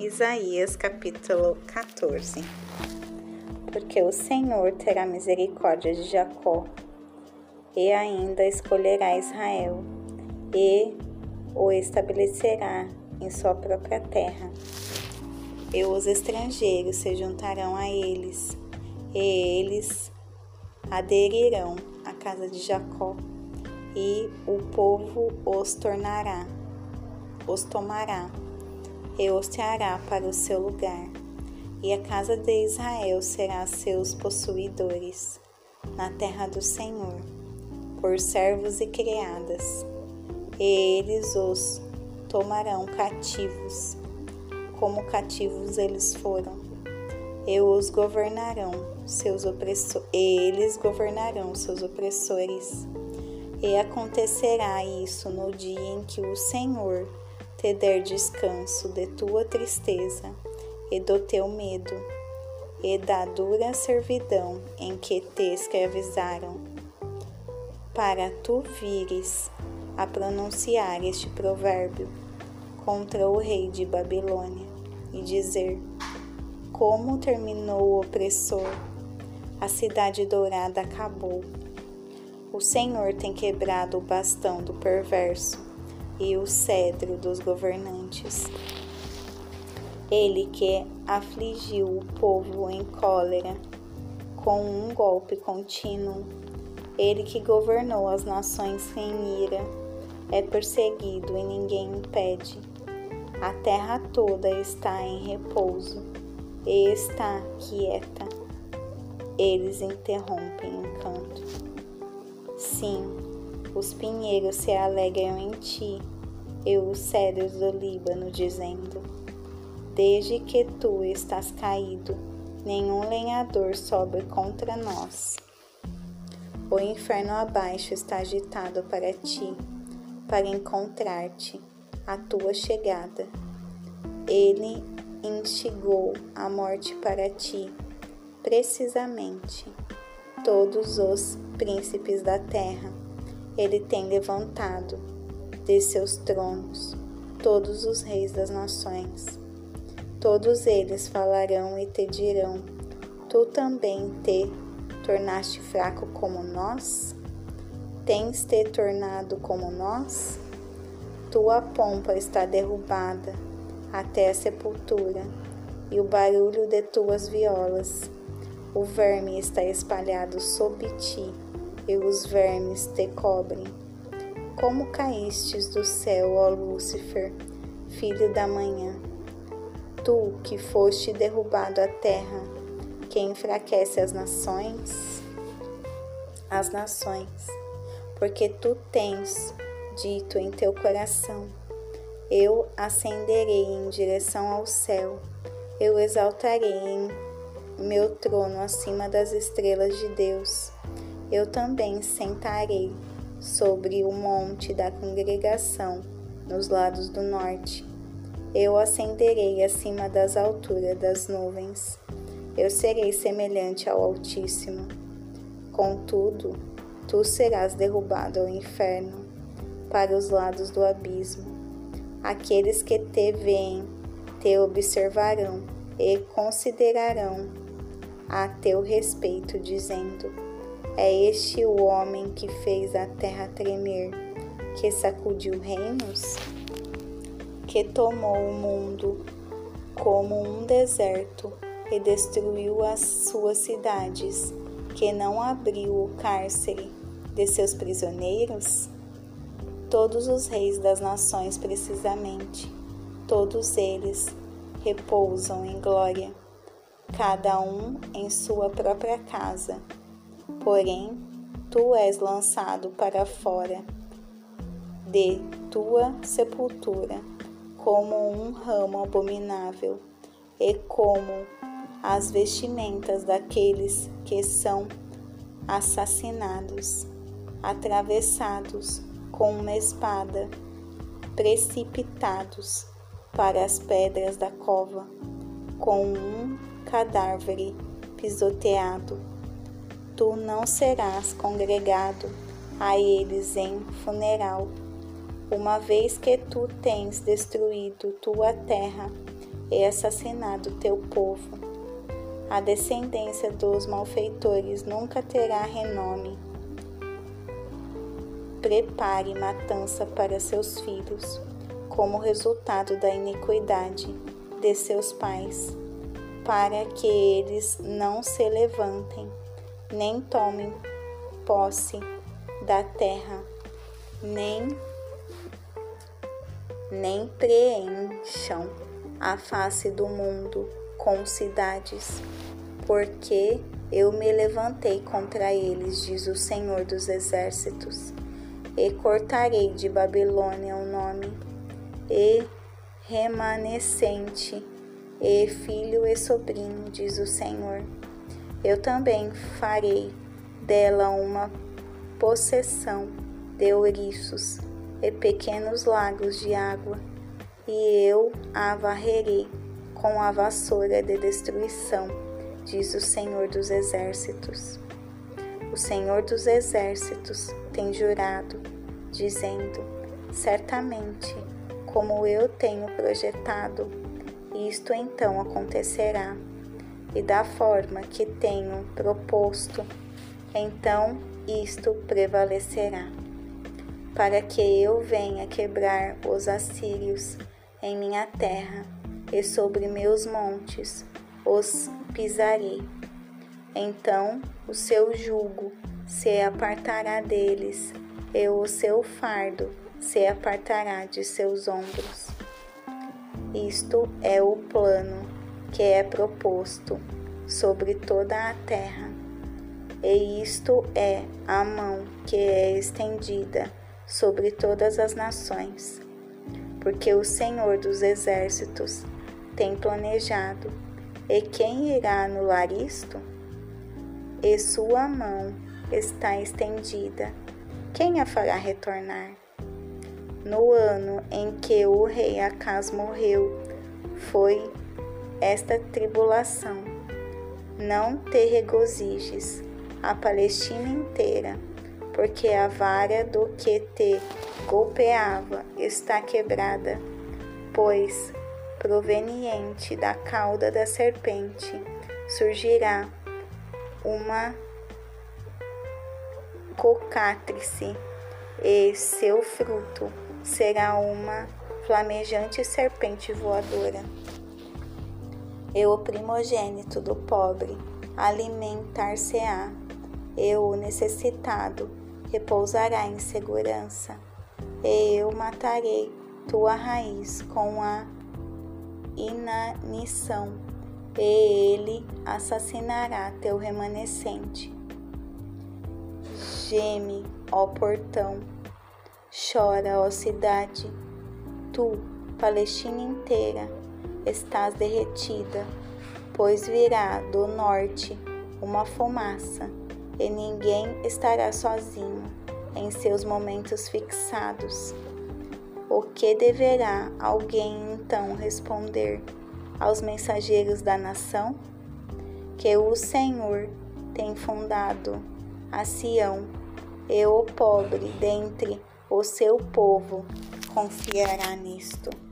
Isaías capítulo 14. Porque o Senhor terá misericórdia de Jacó, e ainda escolherá Israel, e o estabelecerá em sua própria terra. E os estrangeiros se juntarão a eles, e eles aderirão à casa de Jacó, e o povo os tomará, e os trará para o seu lugar, e a casa de Israel será seus possuidores, na terra do Senhor, por servos e criadas, e eles os tomarão cativos, como cativos eles foram, e os governarão seus opressores, e acontecerá isso no dia em que o Senhor te der descanso de tua tristeza e do teu medo, e da dura servidão em que te escravizaram, para tu vires a pronunciar este provérbio contra o rei de Babilônia, e dizer: como terminou o opressor, a cidade dourada acabou. O Senhor tem quebrado o bastão do perverso e o cedro dos governantes. Ele que afligiu o povo em cólera com um golpe contínuo, ele que governou as nações em ira, é perseguido e ninguém impede. A terra toda está em repouso e está quieta. Eles interrompem o canto. Sim, os pinheiros se alegram em ti, e os cedros do Líbano, dizendo: desde que tu estás caído, nenhum lenhador sobe contra nós. O inferno abaixo está agitado para ti, para encontrar-te, a tua chegada. Ele instigou a morte para ti, precisamente. Todos os príncipes da terra ele tem levantado de seus tronos, todos os reis das nações. Todos eles falarão e te dirão: tu também te tornaste fraco como nós? Tens te tornado como nós? Tua pompa está derrubada até a sepultura, e o barulho de tuas violas. O verme está espalhado sob ti, e os vermes te cobrem. Como caístes do céu, ó Lúcifer, filho da manhã, tu que foste derrubado à terra, que enfraquece as nações, porque tu tens dito em teu coração: eu ascenderei em direção ao céu, eu exaltarei em meu trono acima das estrelas de Deus. Eu também sentarei sobre o monte da congregação nos lados do norte. Eu ascenderei acima das alturas das nuvens. Eu serei semelhante ao Altíssimo. Contudo, tu serás derrubado ao inferno, para os lados do abismo. Aqueles que te veem te observarão e considerarão a teu respeito, dizendo: é este o homem que fez a terra tremer, que sacudiu reinos, que tomou o mundo como um deserto e destruiu as suas cidades, que não abriu o cárcere de seus prisioneiros? Todos os reis das nações, precisamente, todos eles repousam em glória, cada um em sua própria casa. Porém, tu és lançado para fora de tua sepultura, como um ramo abominável, e como as vestimentas daqueles que são assassinados, atravessados com uma espada, precipitados para as pedras da cova, com um cadáver pisoteado. Tu não serás congregado a eles em funeral, uma vez que tu tens destruído tua terra e assassinado teu povo. A descendência dos malfeitores nunca terá renome. Prepare matança para seus filhos, como resultado da iniquidade de seus pais, para que eles não se levantem, nem tomem posse da terra, nem preencham a face do mundo com cidades, porque eu me levantei contra eles, diz o Senhor dos Exércitos, e cortarei de Babilônia o nome, e remanescente, e filho e sobrinho, diz o Senhor. Eu também farei dela uma possessão de ouriços e pequenos lagos de água, e eu a varrerei com a vassoura de destruição, diz o Senhor dos Exércitos. O Senhor dos Exércitos tem jurado, dizendo: certamente, como eu tenho projetado, isto então acontecerá, e da forma que tenho proposto, então isto prevalecerá, para que eu venha quebrar os assírios em minha terra, e sobre meus montes os pisarei. Então o seu jugo se apartará deles, e o seu fardo se apartará de seus ombros. Isto é o plano que é proposto sobre toda a terra, e isto é a mão que é estendida sobre todas as nações, porque o Senhor dos Exércitos tem planejado, e quem irá anular isto? E sua mão está estendida, quem a fará retornar? No ano em que o rei Acaz morreu, foi esta tribulação. Não te regozijes, a Palestina inteira, porque a vara do que te golpeava está quebrada, pois, proveniente da cauda da serpente, surgirá uma cocátrice, e seu fruto será uma flamejante serpente voadora. E o primogênito do pobre alimentar-se-á, e o necessitado repousará em segurança, e eu matarei tua raiz com a inanição, e ele assassinará teu remanescente. Geme, ó portão, chora, ó cidade, tu, Palestina inteira, estás derretida, pois virá do norte uma fumaça, e ninguém estará sozinho em seus momentos fixados. O que deverá alguém então responder aos mensageiros da nação? Que o Senhor tem fundado a Sião, e o pobre dentre o seu povo confiará nisto.